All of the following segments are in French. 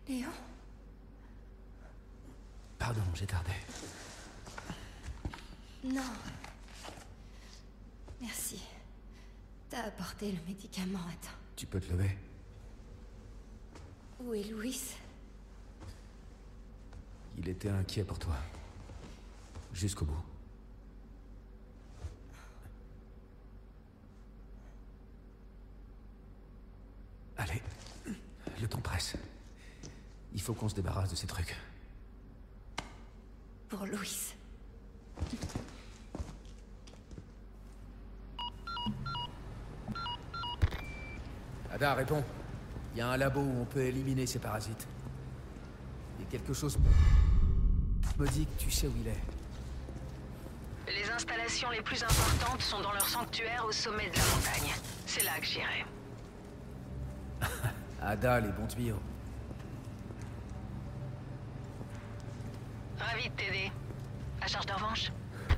Léon? Pardon, j'ai tardé. Non. Merci. T'as apporté le médicament à temps. Tu peux te lever? Où est Louis? Il était inquiet pour toi. Jusqu'au bout. Allez, le temps presse. Il faut qu'on se débarrasse de ces trucs. Pour Louis. Ada, réponds. Il y a un labo où on peut éliminer ces parasites. Et quelque chose me dit que tu sais où il est. Les installations les plus importantes sont dans leur sanctuaire au sommet de la montagne. C'est là que j'irai. Ada, les bons tuyaux. Ravi de t'aider. À charge de revanche.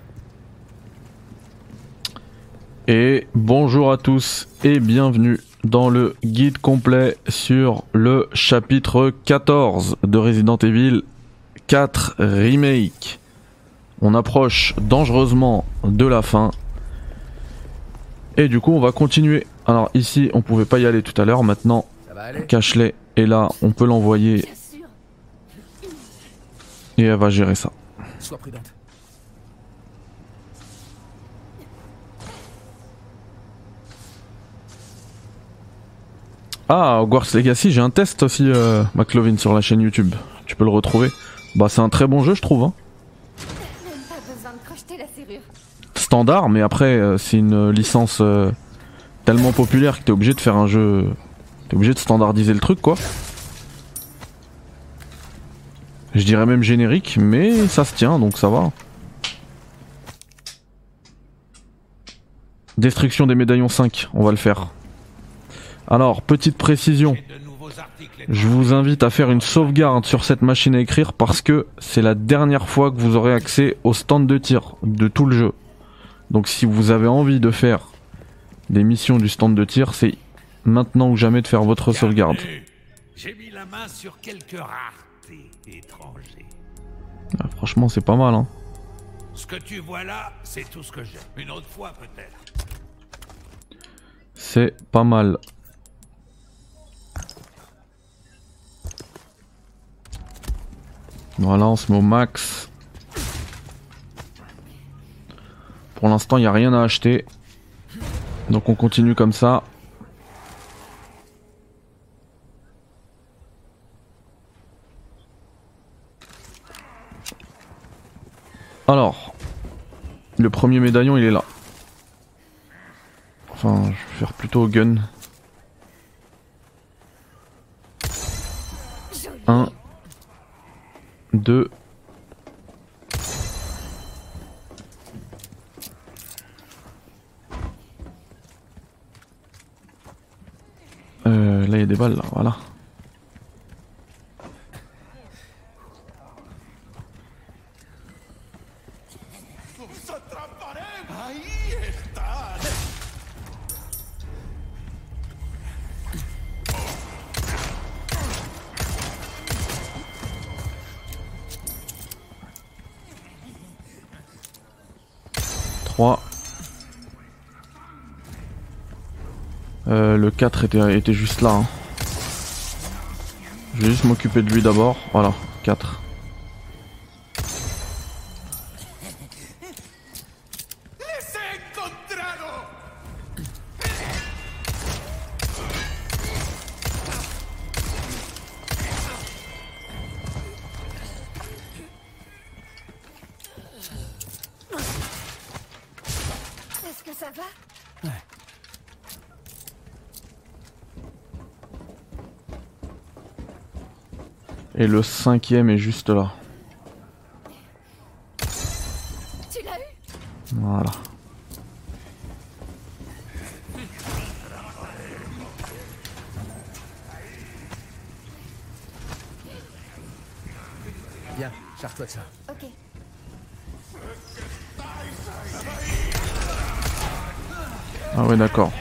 Et bonjour à tous et bienvenue dans le guide complet sur le chapitre 14 de Resident Evil 4 Remake. On approche dangereusement de la fin. Et du coup on va continuer. Alors ici on pouvait pas y aller tout à l'heure, maintenant Cachelet est là, on peut l'envoyer. Et elle va gérer ça. Sois prudente. Ah, Hogwarts Legacy, j'ai un test aussi, McLovin, sur la chaîne YouTube. Tu peux le retrouver. Bah, c'est un très bon jeu, je trouve. Hein. Même pas besoin de crocheter la serrure. Standard, mais après, c'est une licence tellement populaire que t'es obligé de faire un jeu. T'es obligé de standardiser le truc, quoi. Je dirais même générique, mais ça se tient, donc ça va. Destruction des médaillons 5, on va le faire. Alors, petite précision, je vous invite à faire une sauvegarde sur cette machine à écrire parce que c'est la dernière fois que vous aurez accès au stand de tir de tout le jeu. Donc si vous avez envie de faire des missions du stand de tir, c'est maintenant ou jamais de faire votre sauvegarde. J'ai mis la main sur quelques raretés étrangers. Ah, franchement, c'est pas mal, hein. Ce que tu vois là, c'est tout ce que j'ai. Une autre fois peut-être. C'est pas mal. Voilà, on se met au max. Pour l'instant, il n'y a rien à acheter. Donc on continue comme ça. Alors, le premier médaillon, il est là. Enfin, je vais faire plutôt au gun. 1, 2. Là il y a des balles là, voilà. Le 4 était juste là. Hein. Je vais juste m'occuper de lui d'abord. Voilà, 4. Est-ce que ça va? Ouais. Et le 5e est juste là. Tu l'as eu? Voilà. Bien, charge-toi de ça. Ok. Ah ouais, d'accord.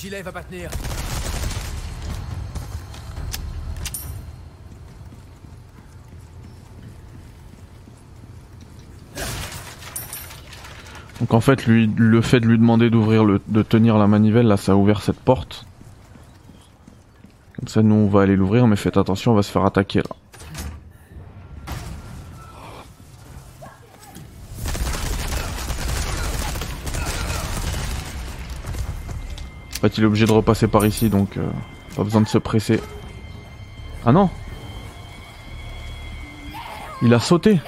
gilet va pas tenir. Donc en fait, le fait de lui demander de tenir la manivelle, là, ça a ouvert cette porte. Comme ça, nous, on va aller l'ouvrir, mais faites attention, on va se faire attaquer, là. En fait, il est obligé de repasser par ici, donc pas besoin de se presser. Ah non! Il a sauté!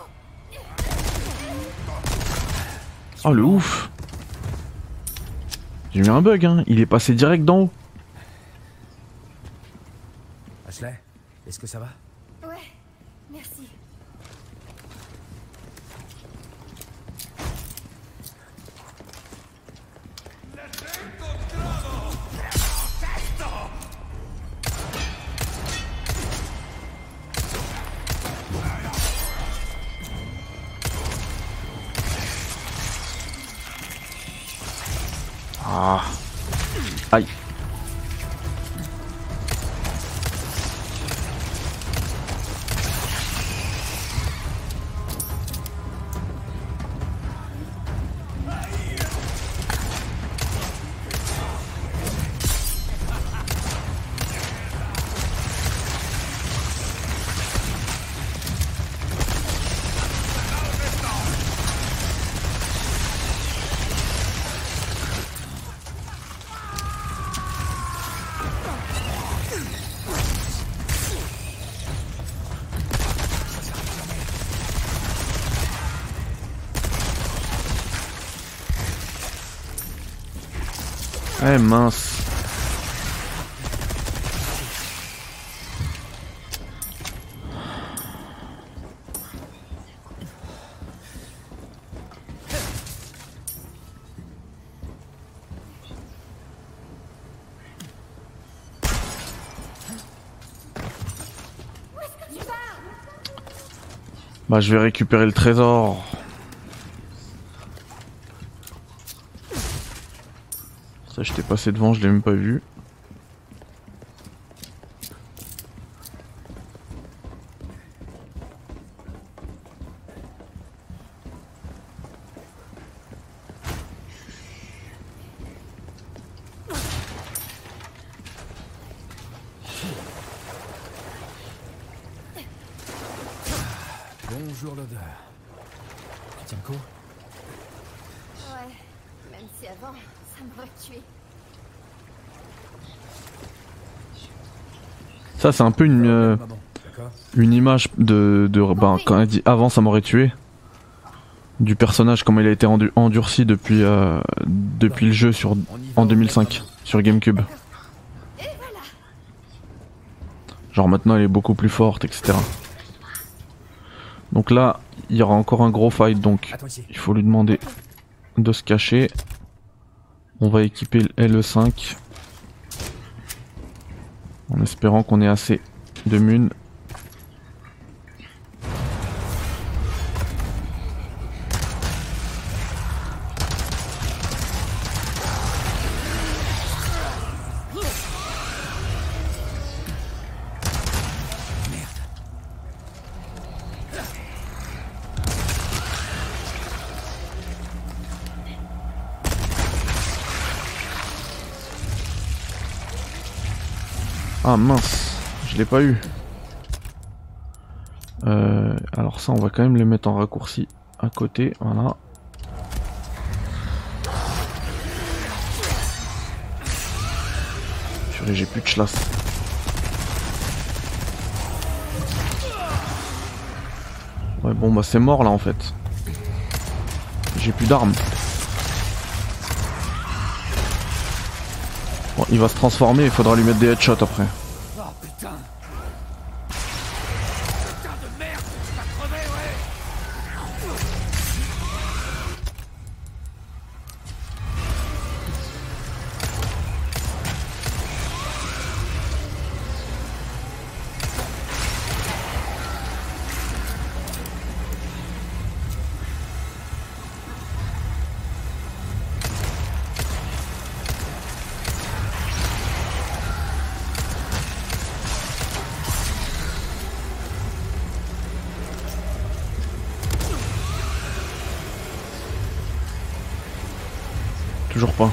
Oh le ouf! J'ai eu un bug, hein, il est passé direct d'en haut. Ashley, est-ce que ça va? Ouais, merci. Ah. Aïe. Eh mince. Bah je vais récupérer le trésor. Ça j'étais passé devant, je l'ai même pas vu. Bonjour l'odeur. Tu tiens le coup? Ouais, même si avant, ça m'aurait tué. Ça c'est un peu une image ben, quand elle dit avant ça m'aurait tué. Du personnage, comment il a été endurci depuis le jeu en 2005 sur GameCube. Genre maintenant elle est beaucoup plus forte, etc. Donc là, il y aura encore un gros fight, donc il faut lui demander de se cacher. On va équiper le LE5 en espérant qu'on ait assez de mun. Ah mince, je l'ai pas eu. Alors ça on va quand même le mettre en raccourci à côté, voilà. Purée, j'ai plus de chlasse. Ouais bon bah c'est mort là en fait. J'ai plus d'armes. Bon, il va se transformer, il faudra lui mettre des headshots après. Oh putain! Putain de merde! T'as crevé, ouais! toujours pas.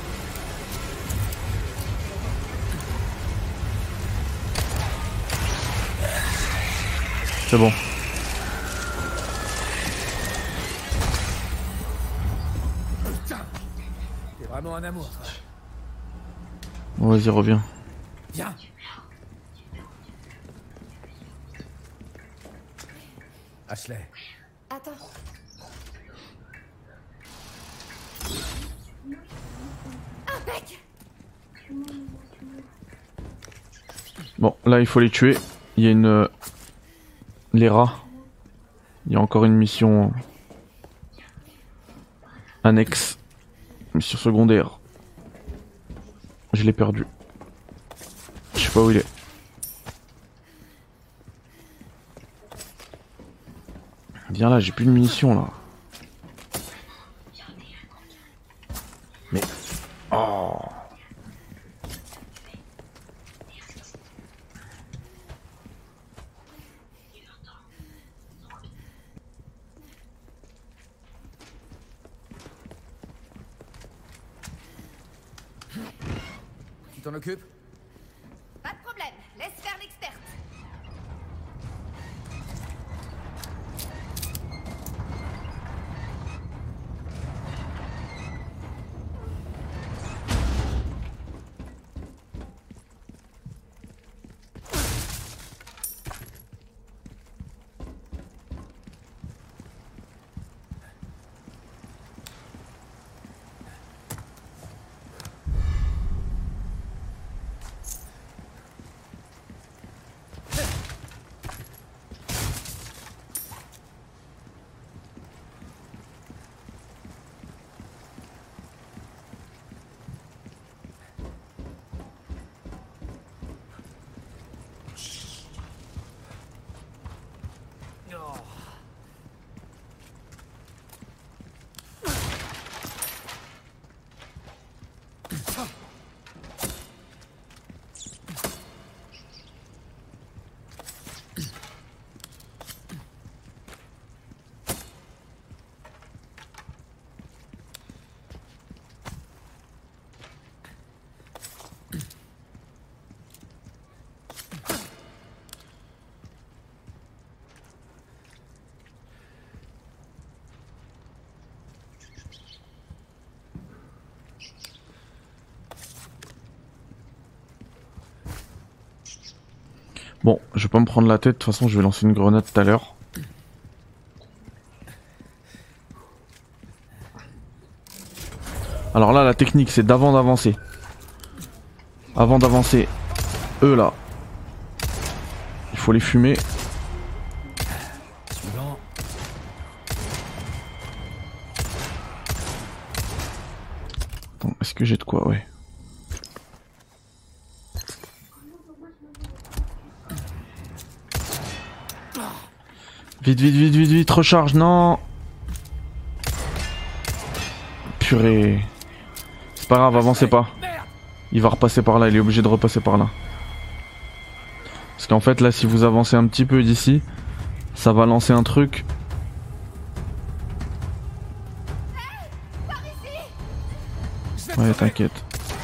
C'est bon. T'es vraiment un amour, toi. Bon, vas-y, reviens. Viens. Ashley. Attends. Impec. Bon, là, il faut les tuer. Il y a une... les rats. Il y a encore une mission... annexe. Mission secondaire. Je l'ai perdu. Je sais pas où il est. Viens là, j'ai plus de munitions là. Mais... oh. Tu t'en occupes? Pas de problème. Laisse faire l'experte. Bon, je vais pas me prendre la tête, de toute façon je vais lancer une grenade tout à l'heure. Alors là la technique c'est d'avant d'avancer. Avant d'avancer, eux là, il faut les fumer. Suivant. Attends, est-ce que j'ai de quoi? Ouais. Vite, vite, vite, vite, vite, recharge, non. Purée. C'est pas grave, avancez pas. Il va repasser par là, il est obligé de repasser par là. Parce qu'en fait, là, si vous avancez un petit peu d'ici, ça va lancer un truc. Ouais, t'inquiète.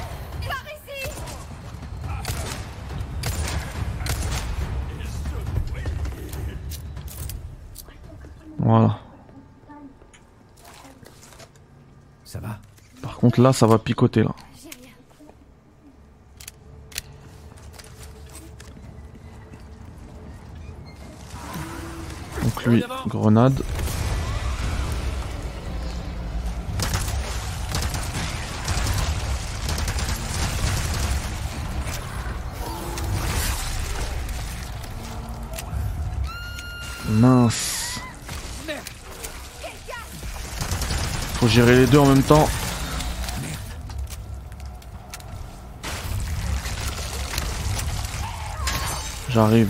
Voilà. Ça va? Par contre là ça va picoter là. J'ai rien. Donc lui, grenade. Mince. Faut gérer les deux en même temps. J'arrive.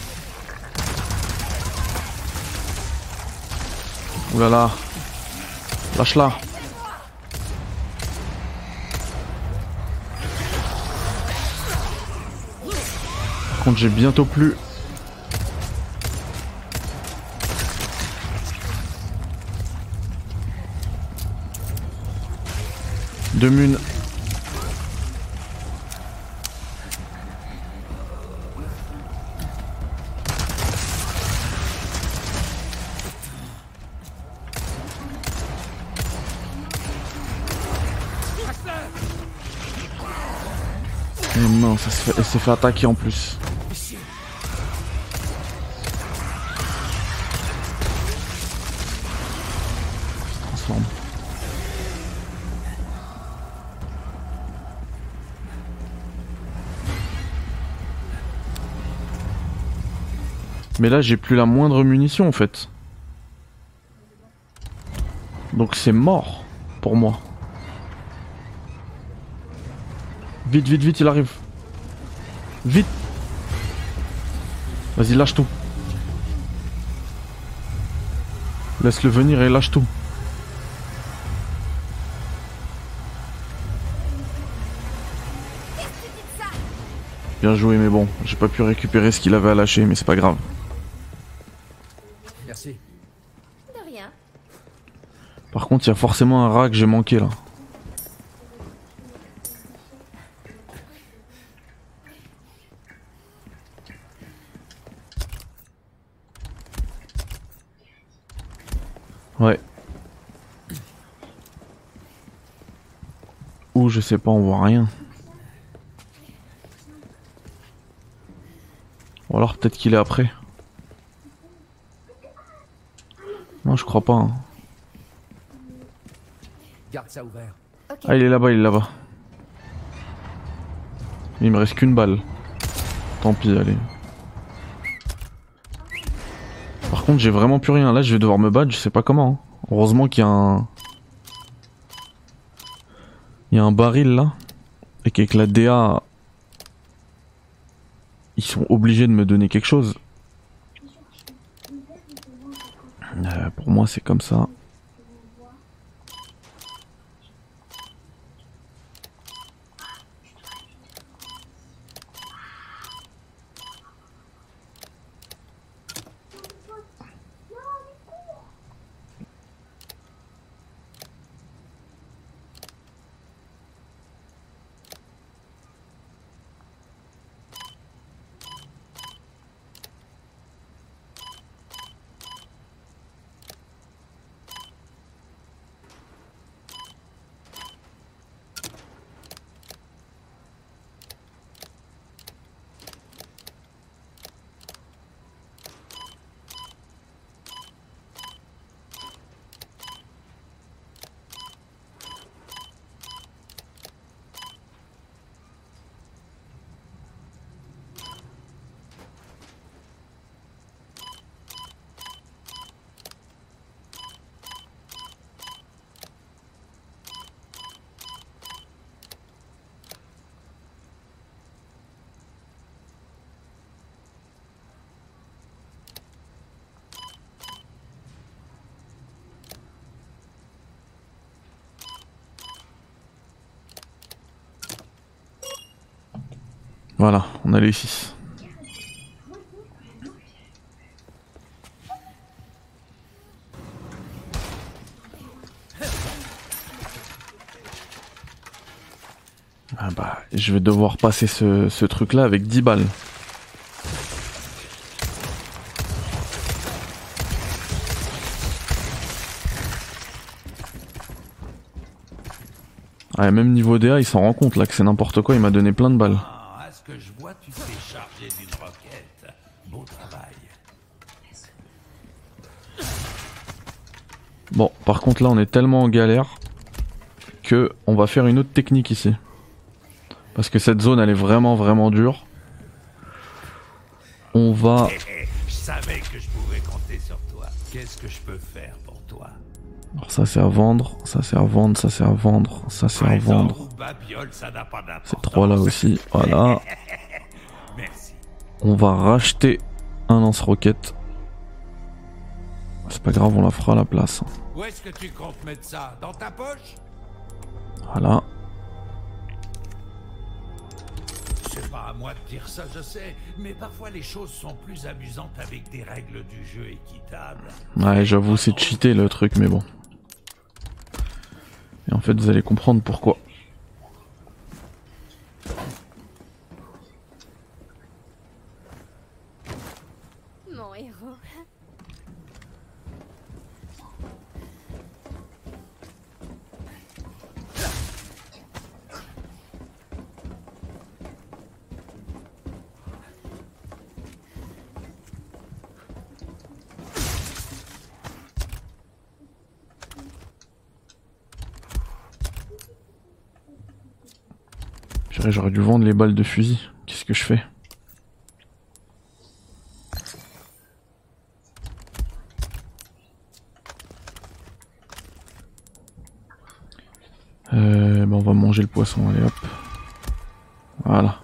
Oulala. Lâche-la. Par contre j'ai bientôt plus. 2 mun. Et non, elle s'est fait attaquer en plus. Transforme. Mais là j'ai plus la moindre munition en fait. Donc c'est mort pour moi. Vite, vite, vite, il arrive. Vite. Vas-y, lâche tout. Laisse-le venir et lâche tout. Bien joué, mais bon, j'ai pas pu récupérer ce qu'il avait à lâcher, mais c'est pas grave. Merci. De rien. Par contre, il y a forcément un rat que j'ai manqué là. Ouais. Ou je sais pas, on voit rien. Ou alors peut-être qu'il est après. Non, je crois pas. Hein. Garde ça ouvert. Ok. Ah, il est là-bas, il est là-bas. Il me reste qu'une balle. Tant pis, allez. Par contre, j'ai vraiment plus rien. Là, je vais devoir me battre, je sais pas comment. Hein. Heureusement qu'il y a un... Il y a un baril là. Et qu'avec la DA... Ils sont obligés de me donner quelque chose. Pour moi, c'est comme ça. Voilà, on a les 6. Ah bah, je vais devoir passer ce truc là avec 10 balles. Ah, même niveau DA, il s'en rend compte là que c'est n'importe quoi, il m'a donné plein de balles. Ah, à ce que je vois, tu t'es chargé d'une roquette. Beau travail. Bon, par contre là on est tellement en galère que on va faire une autre technique ici. Parce que cette zone elle est vraiment dure. On va... Je savais que je pouvais compter sur toi. Qu'est-ce que je peux faire pour toi? Alors ça c'est à vendre, ça c'est à vendre, ça c'est à vendre, ça c'est à vendre. Ces trois là aussi, voilà. Merci. On va racheter un lance-roquette. C'est pas grave, on la fera à la place. Où est-ce que tu comptes mettre ça? Dans ta poche? Voilà. C'est pas à moi de dire ça, je sais, mais parfois les choses sont plus amusantes avec des règles du jeu équitables. Ouais, j'avoue, c'est cheaté le truc, mais bon. Et en fait, vous allez comprendre pourquoi. héros. J'aurais dû vendre les balles de fusil. Qu'est-ce que je fais? Ben on va manger le poisson, allez hop. Voilà.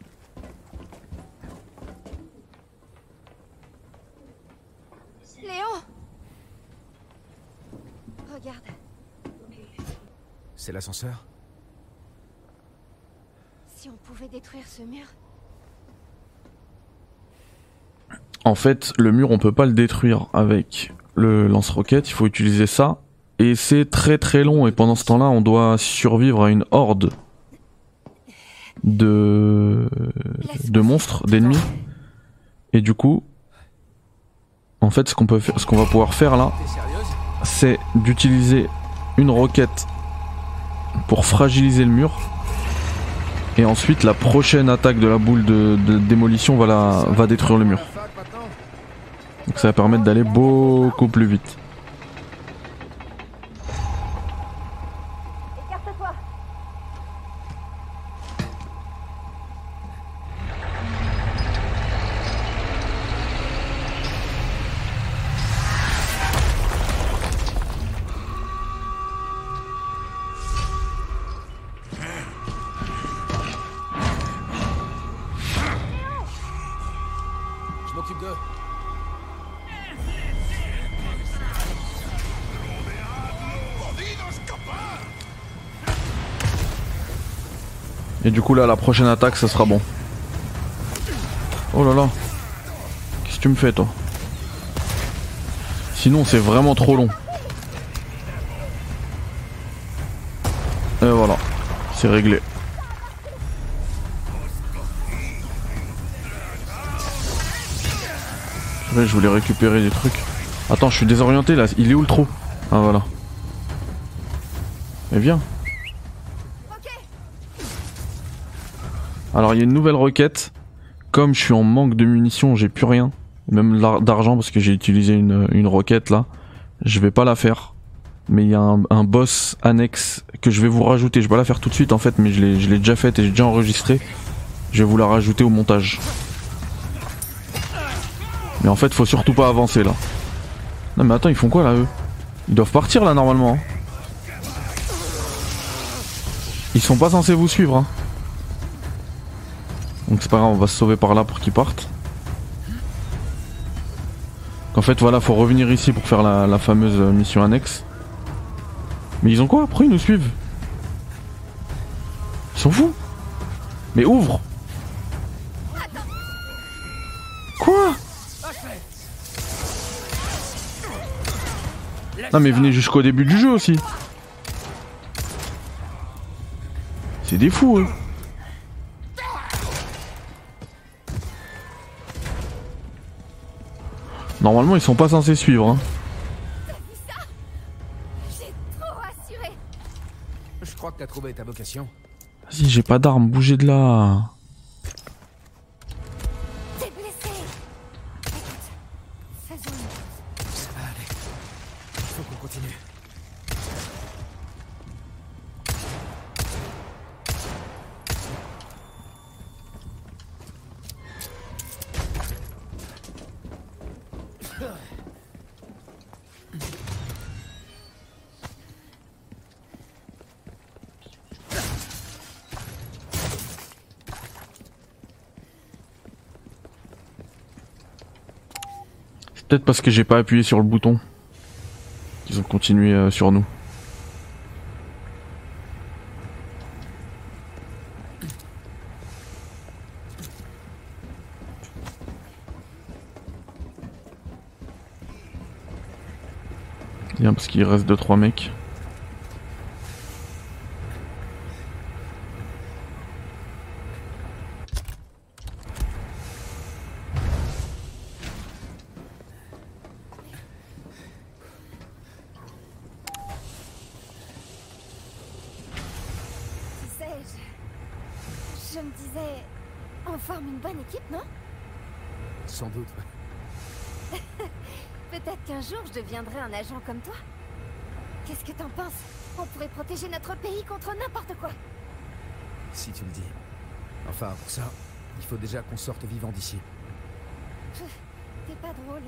Léon! Regarde. C'est l'ascenseur? Si on pouvait détruire ce mur. En fait, le mur, on peut pas le détruire avec le lance-roquette, il faut utiliser ça. Et c'est très très long, et pendant ce temps-là, on doit survivre à une horde de monstres, d'ennemis. Et du coup, en fait, ce qu'on va pouvoir faire là, T'es sérieuse? c'est d'utiliser une roquette pour fragiliser le mur. Et ensuite, la prochaine attaque de la boule de démolition va détruire le mur. Donc ça va permettre d'aller beaucoup plus vite. Écarte-toi! Je m'occupe d'eux. Et du coup là, la prochaine attaque, ça sera bon. Oh là là. Qu'est-ce que tu me fais toi? Sinon c'est vraiment trop long. Et voilà. C'est réglé. Je voulais récupérer des trucs. Attends, je suis désorienté là. Il est où le trou? Ah voilà. Mais viens. Alors il y a une nouvelle requête. Comme je suis en manque de munitions, j'ai plus rien. Même d'argent parce que j'ai utilisé une requête là. Je vais pas la faire. Mais il y a un boss annexe que je vais vous rajouter. Je vais pas la faire tout de suite en fait, mais je l'ai déjà faite et j'ai déjà enregistré. Je vais vous la rajouter au montage. Mais en fait faut surtout pas avancer là. Non mais attends, ils font quoi là eux? Ils doivent partir là normalement. Ils sont pas censés vous suivre hein. Donc c'est pas grave, on va se sauver par là pour qu'ils partent. En fait voilà, faut revenir ici pour faire la fameuse mission annexe. Mais ils ont quoi? Pourquoi ils nous suivent? Ils sont fous. Mais ouvre. Quoi? Non mais venez jusqu'au début du jeu aussi. C'est des fous eux. Normalement ils sont pas censés suivre hein. J'ai trop rassuré. Je crois que t'as trouvé ta vocation. Vas-y, j'ai pas d'armes, bougez de là. T'es blessé. Écoute, faisons une pause. Ça va aller. Faut qu'on continue. Peut-être parce que j'ai pas appuyé sur le bouton qu'ils ont continué sur nous. Bien parce qu'il reste 2-3 mecs. je me disais... On forme une bonne équipe, non? Sans doute. Peut-être qu'un jour, je deviendrai un agent comme toi. Qu'est-ce que t'en penses? On pourrait protéger notre pays contre n'importe quoi. Si tu le dis. Enfin, pour ça, il faut déjà qu'on sorte vivant d'ici. T'es pas drôle.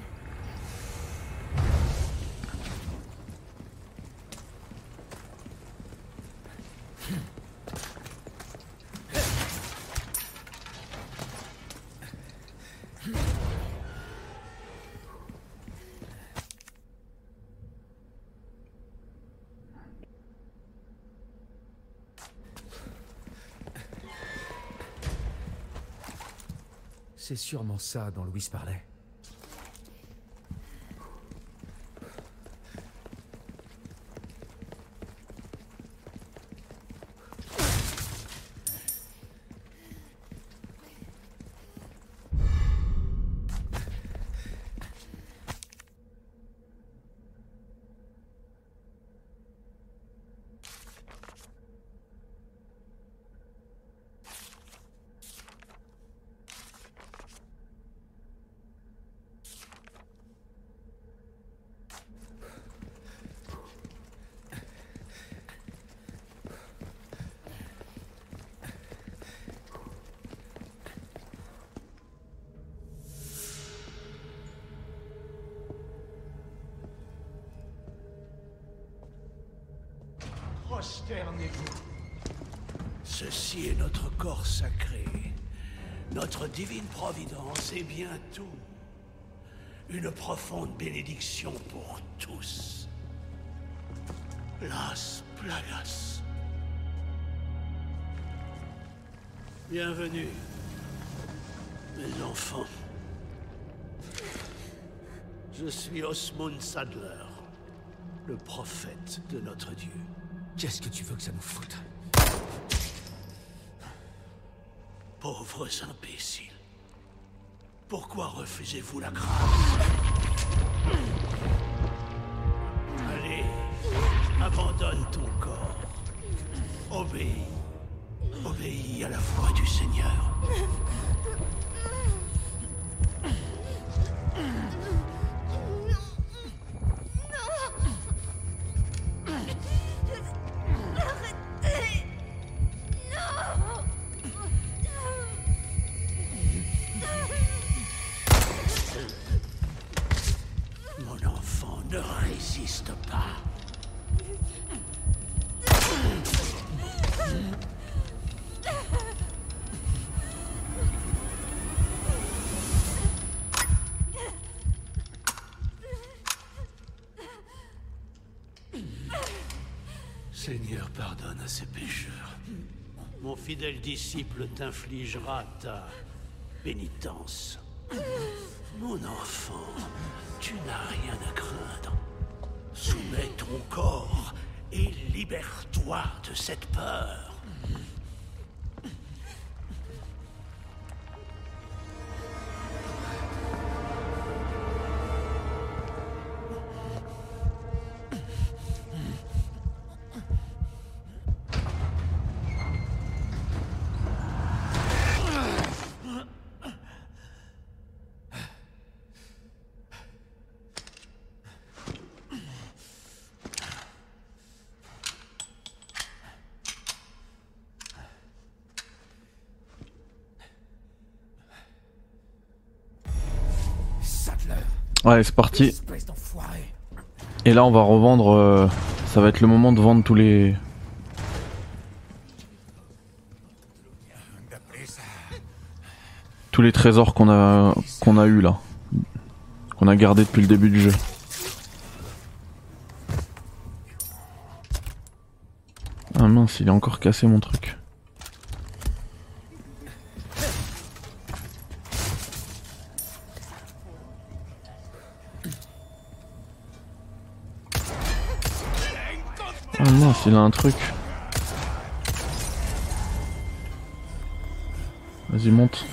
C'est sûrement ça dont Louis parlait. Prosternez-vous. Ceci est notre corps sacré, notre divine providence et bientôt une profonde bénédiction pour tous. Las Plagas. Bienvenue, mes enfants. Je suis Osmund Sadler, le prophète de notre Dieu. Qu'est-ce que tu veux que ça nous foute? Pauvres imbéciles. Pourquoi refusez-vous la grâce? Allez, abandonne ton corps. Obéis. Obéis à la voix du Seigneur. Mon enfant, ne résiste pas. Seigneur, pardonne à ces pécheurs. Mon fidèle disciple t'infligera ta pénitence. Mon enfant, tu n'as rien à craindre. Soumets ton corps et libère-toi de cette peur. Ouais, c'est parti. Et là, on va revendre. Ça va être le moment de vendre tous les. Tous les trésors qu'on a eu là. Qu'on a gardé depuis le début du jeu. Ah mince, il est encore cassé mon truc. Ah mince, il a un truc. Vas-y, monte.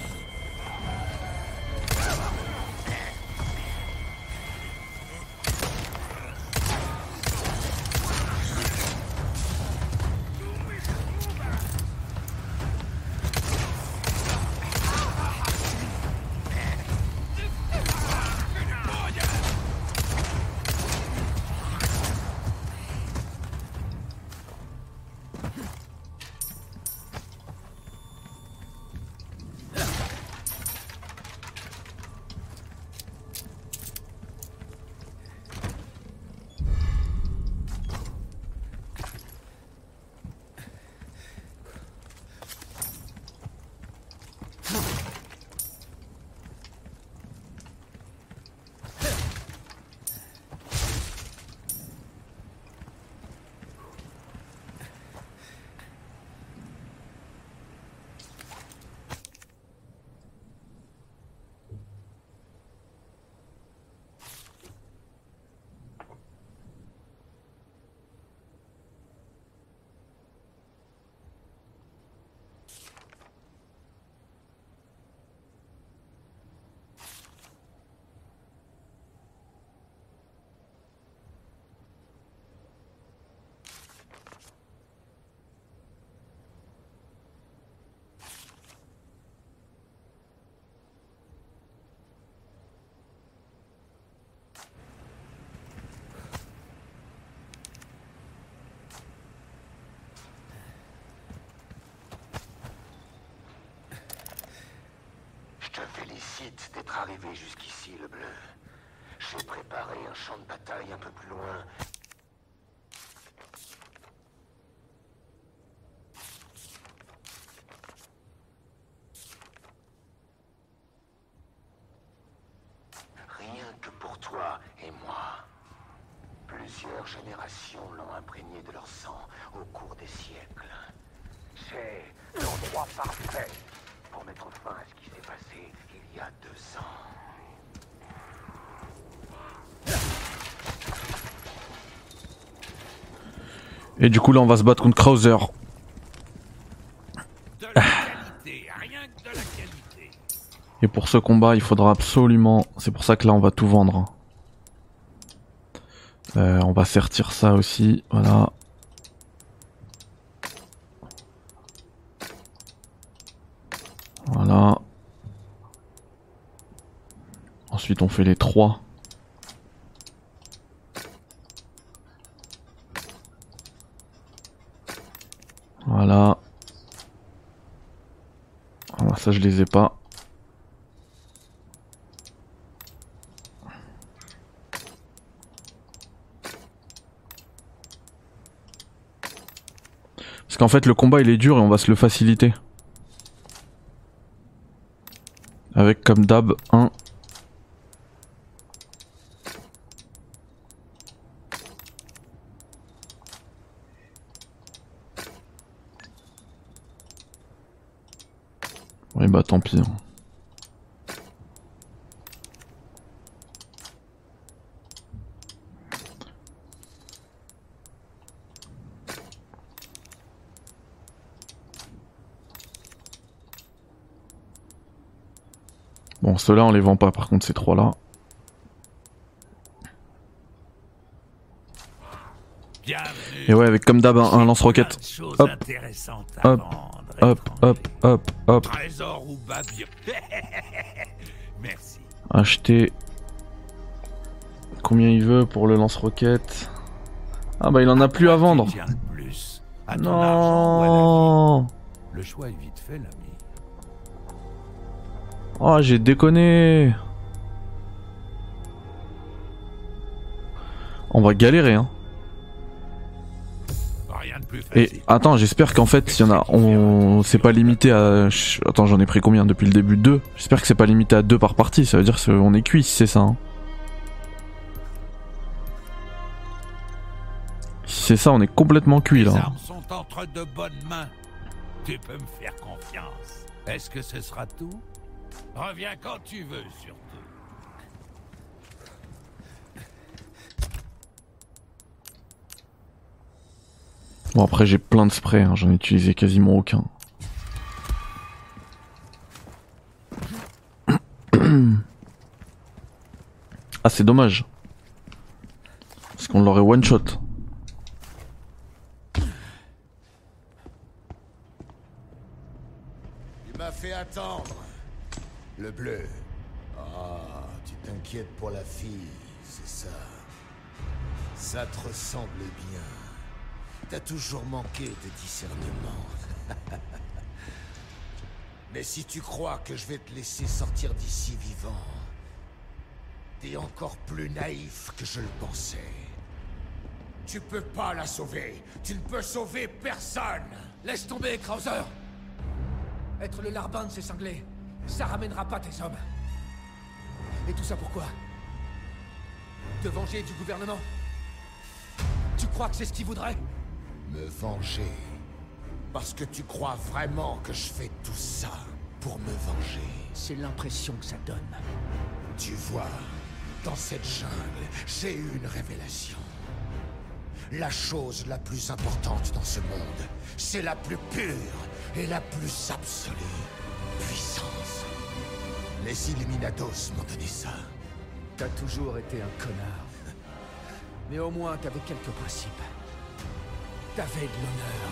félicite d'être arrivé jusqu'ici, le bleu. J'ai préparé un champ de bataille un peu plus loin. Rien que pour toi et moi. Plusieurs générations l'ont imprégné de leur sang au cours des siècles. C'est l'endroit parfait pour mettre fin à ce qui s'est passé il y a 2 ans. Et du coup là on va se battre contre Krauser. De la qualité, rien que de la qualité. Et pour ce combat il faudra absolument... C'est pour ça que là on va tout vendre. On va sertir ça aussi, voilà. Voilà. Ensuite on fait les 3. Voilà. Alors ça je les ai pas. Parce qu'en fait le combat il est dur et on va se le faciliter. Avec comme d'hab un... Oui bah tant pis. Bon, ceux-là on les vend pas par contre, ces 3 là. Bienvenue. Et ouais, avec comme d'hab un lance-roquette. Hop, hop, hop, hop, hop, hop. Trésor ou babio. Merci. Acheter. Combien il veut pour le lance-roquette? Ah bah il en a plus à vendre. Tiens le plus. À ton argent ou à la Non. vie. Le choix est vite fait, l'ami. Oh j'ai déconné. On va galérer hein. Rien de plus Et facile. attends, j'espère qu'en fait s'il y en a, on c'est pas limité à... Attends, j'en ai pris combien depuis le début? 2. J'espère que c'est pas limité à 2 par partie, ça veut dire qu'on est cuit si c'est ça hein. Si c'est ça, on est complètement cuit Les là. armes sont entre de bonnes mains. Tu peux me faire confiance. Est-ce que ce sera tout? Reviens quand tu veux, surtout. Bon après j'ai plein de sprays, hein. J'en ai utilisé quasiment aucun. Ah c'est dommage. Parce qu'on l'aurait one shot. Tu m'as fait attendre. Le bleu. Ah, tu t'inquiètes pour la fille, c'est ça. Ça te ressemble bien. T'as toujours manqué de discernement. Mais si tu crois que je vais te laisser sortir d'ici vivant, t'es encore plus naïf que je le pensais. Tu peux pas la sauver. Tu ne peux sauver personne. Laisse tomber, Krauser. Être le larbin de ces cinglés, ça ramènera pas tes hommes. Et tout ça pourquoi? Te venger du gouvernement? Tu crois que c'est ce qu'ils voudraient? Me venger. Parce que tu crois vraiment que je fais tout ça pour me venger. C'est l'impression que ça donne. Tu vois, dans cette jungle, j'ai eu une révélation. La chose la plus importante dans ce monde, c'est la plus pure et la plus absolue puissance. Les Illuminados m'ont donné ça. T'as toujours été un connard. Mais au moins t'avais quelques principes. T'avais de l'honneur.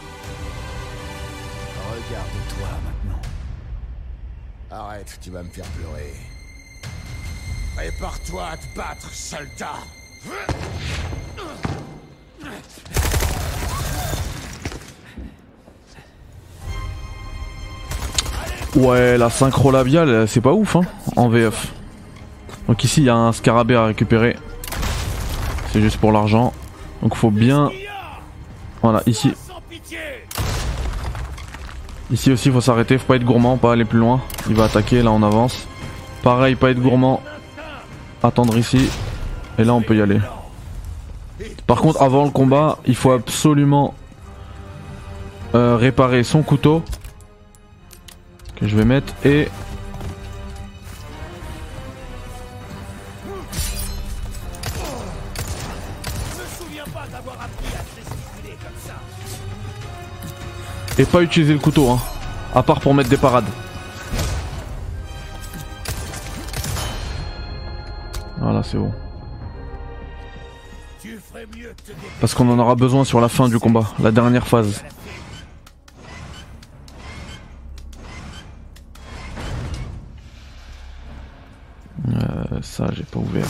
Regarde-toi maintenant. Arrête, tu vas me faire pleurer. Prépare-toi à te battre, soldat. Ouais, la synchro labiale, c'est pas ouf hein, en VF. Donc ici il y a un scarabée à récupérer. C'est juste pour l'argent. Donc faut bien... Voilà, ici. Ici aussi faut s'arrêter, faut pas être gourmand, pas aller plus loin. Il va attaquer, là on avance. Pareil, pas être gourmand. Attendre ici. Et là on peut y aller. Par contre avant le combat, il faut absolument réparer son couteau. Que je vais mettre et... Et pas utiliser le couteau hein, à part pour mettre des parades. Voilà c'est bon. Parce qu'on en aura besoin sur la fin du combat, la dernière phase. Ça j'ai pas ouvert.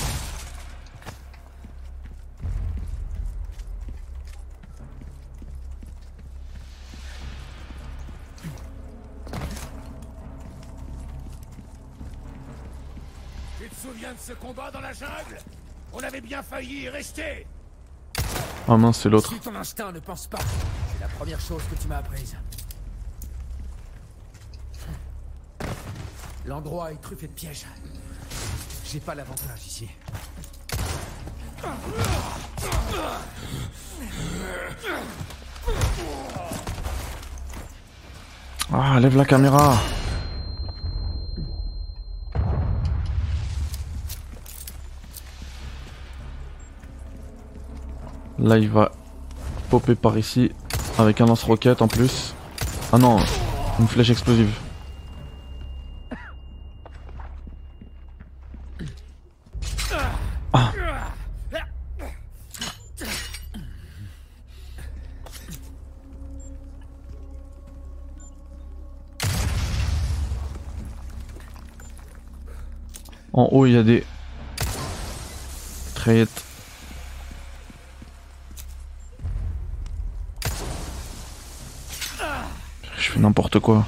Tu te souviens de ce combat dans la jungle? On avait bien failli y rester. Ah mince c'est l'autre. Suis ton instinct, ne pense pas. C'est la première chose que tu m'as apprise. L'endroit est truffé de pièges. J'ai pas l'avantage ici. Ah, lève la caméra. Là il va popper par ici avec un lance-roquette en plus. Ah non, une flèche explosive. Ah. En haut il y a des traînettes. Je fais n'importe quoi.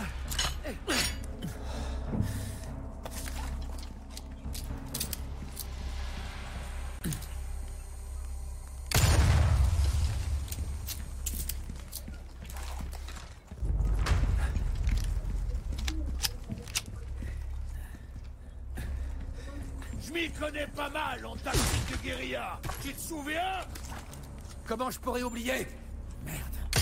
Je m'y connais pas mal en tactique de guérilla. Tu te souviens? Comment je pourrais oublier? Merde.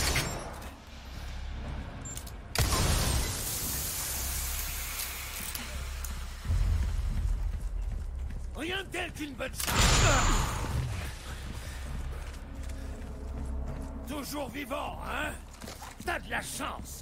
Rien de tel qu'une bonne chance. Toujours vivant, hein? T'as de la chance.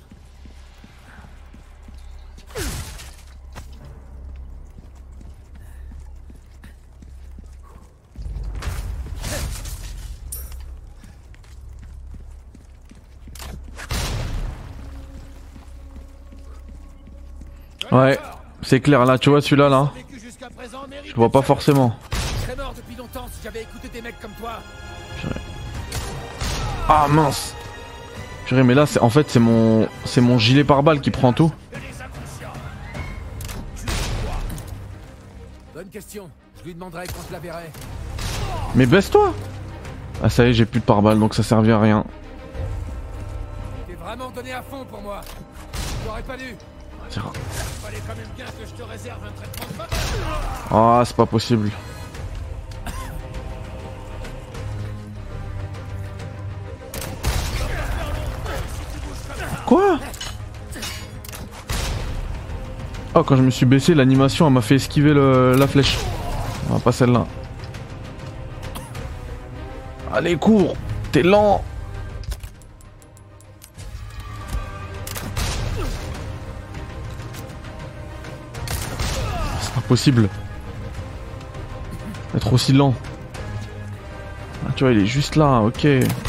Ouais, c'est clair là, tu vois celui-là là. Je le vois pas forcément. Je serais mort depuis longtemps si j'avais écouté des mecs comme toi. Ah mince. Purée, mais là c'est en fait c'est mon gilet pare-balles qui prend tout. Bonne question. Je lui demanderai quand je la verrai. Mais baisse-toi. Ah ça y est, j'ai plus de pare-balles donc ça servait à rien. T'es vraiment donné à fond pour moi. J'aurais pas dû. Fallait quand même bien que je te réserve un traitement de faveur. Ah c'est pas possible. Quoi? Oh quand je me suis baissé l'animation elle m'a fait esquiver la flèche. Ah, pas celle-là. Allez cours. T'es lent. C'est pas possible. Être aussi lent. Ah, tu vois il est juste là, ok.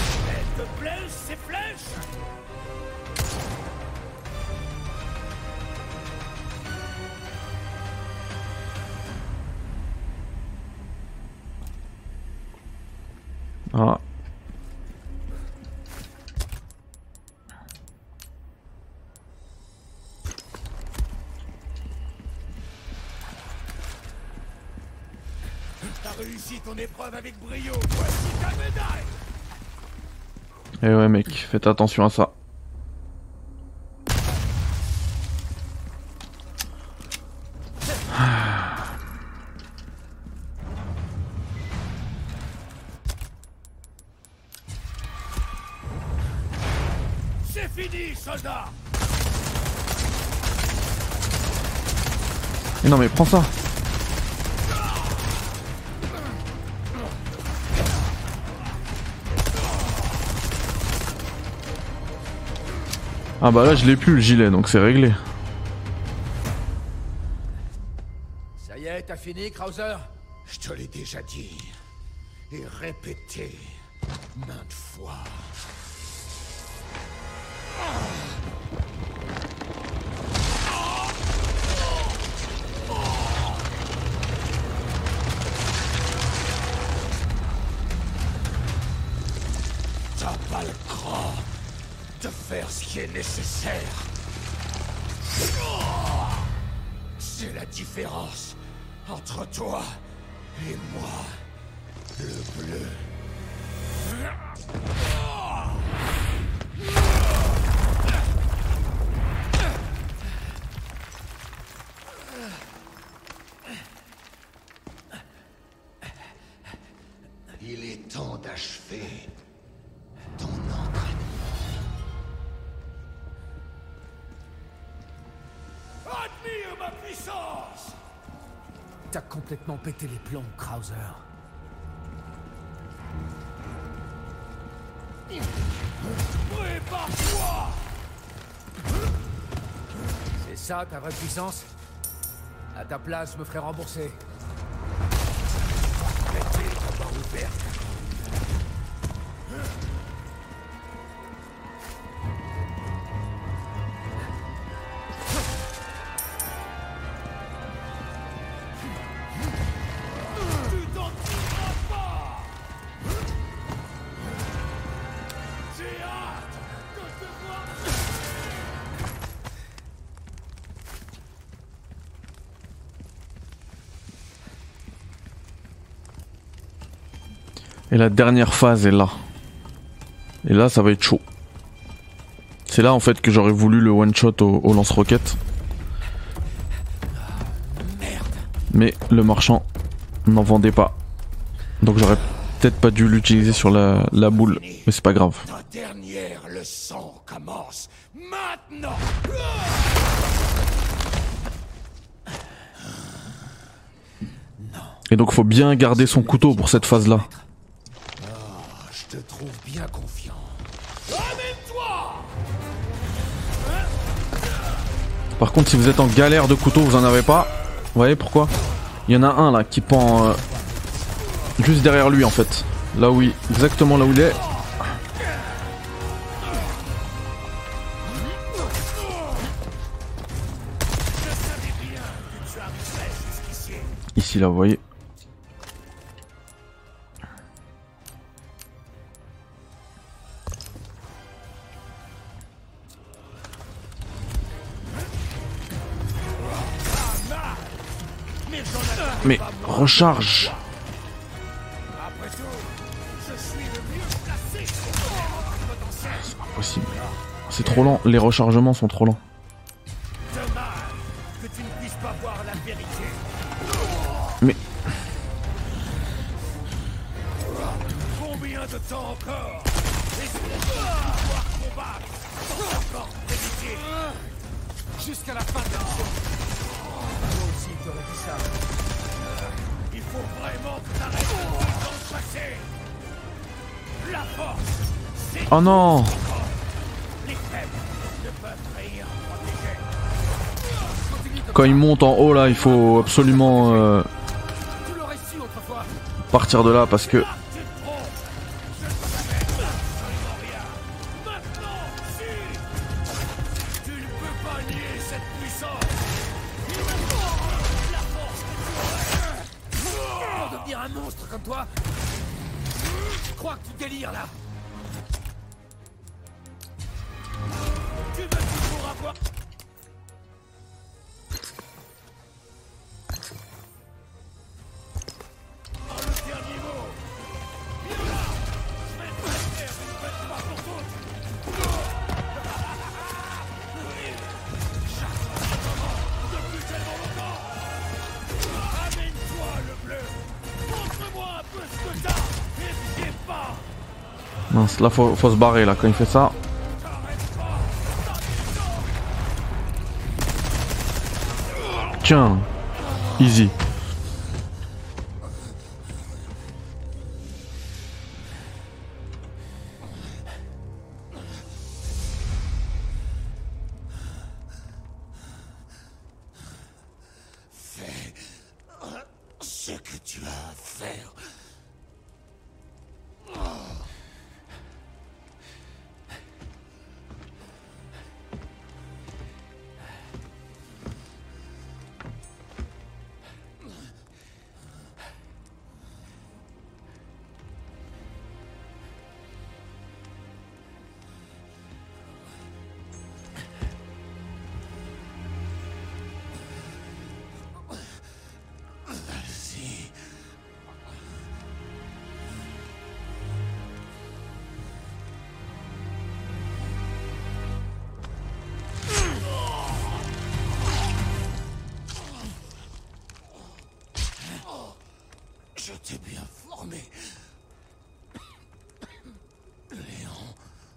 Ah. réussi ton épreuve avec brio. Voici ta médaille. Eh ouais mec, faites attention à ça. C'est fini, soldat. Mais non mais prends ça. Ah bah là je l'ai plus le gilet donc c'est réglé. Ça y est, t'as fini, Krauser? Je te l'ai déjà dit et répété maintes fois. T'as pas le cran de faire ce qui est nécessaire. C'est la différence entre toi et moi, le bleu. Il est temps d'achever ton entraînement. Admire ma puissance! T'as complètement pété les plombs, Krauser. Prépare-toi! C'est ça ta vraie puissance? À ta place, je me ferai rembourser. Mettez la barre ouverte. Tu t'en tireras pas! J'ai hâte de te voir. Et la dernière phase est là. Et là ça va être chaud. C'est là en fait que j'aurais voulu le one shot au lance-roquette. Mais le marchand n'en vendait pas. Donc j'aurais peut-être pas dû l'utiliser sur la boule. Mais c'est pas grave. Ta dernière leçon commence maintenant. Et donc faut bien garder son couteau pour cette phase là. Je te trouve bien confiant. Amène-toi! Par contre si vous êtes en galère de couteau, vous en avez pas. Vous voyez pourquoi? Il y en a un là qui pend juste derrière lui en fait. Là où exactement là où il est. Ici là vous voyez. Mais recharge. C'est pas possible. C'est trop lent, les rechargements sont trop lents. Dommage que tu ne puisses pas voir la vérité. Mais Combien de temps encore? Est-ce qu'on va pouvoir combattre sans encore vérité? Jusqu'à la fin de la mission. Toi aussi, tu aurais dit ça. Il faut vraiment que t'arrêtes de te passer. La force, c'est oh non. les faibles ne peuvent trahir un protégé. Quand il monte en haut là, il faut absolument Tu l'aurais su autrefois. partir de là parce que Tu te trompes. Je savais absolument rien. Maintenant, si tu ne peux pas nier cette puissance. La force. Pour devenir un monstre comme toi. Je crois que tu délires là. Tu veux toujours avoir. Mince, là faut se barrer là quand il fait ça. Tiens, easy. Fais ce que tu as à faire. Vas-y. Je t'ai bien formé. Léon.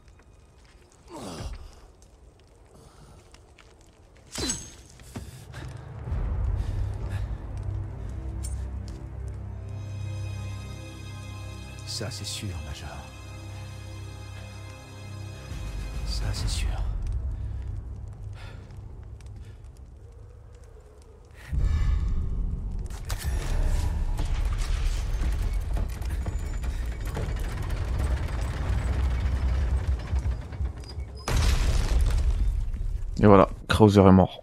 Ça, c'est sûr, Major. Ça, c'est sûr. Et voilà, Krauser est mort.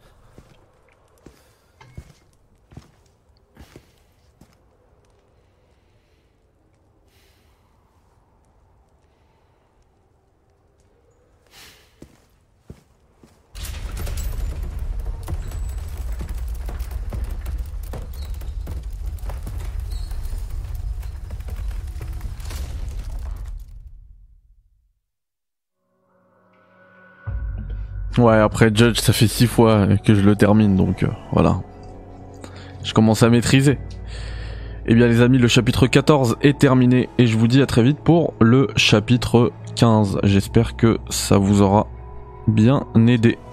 Ouais, après Judge, ça fait 6 fois que je le termine, donc voilà. Je commence à maîtriser. Eh bien les amis, le chapitre 14 est terminé et je vous dis à très vite pour le chapitre 15. J'espère que ça vous aura bien aidé.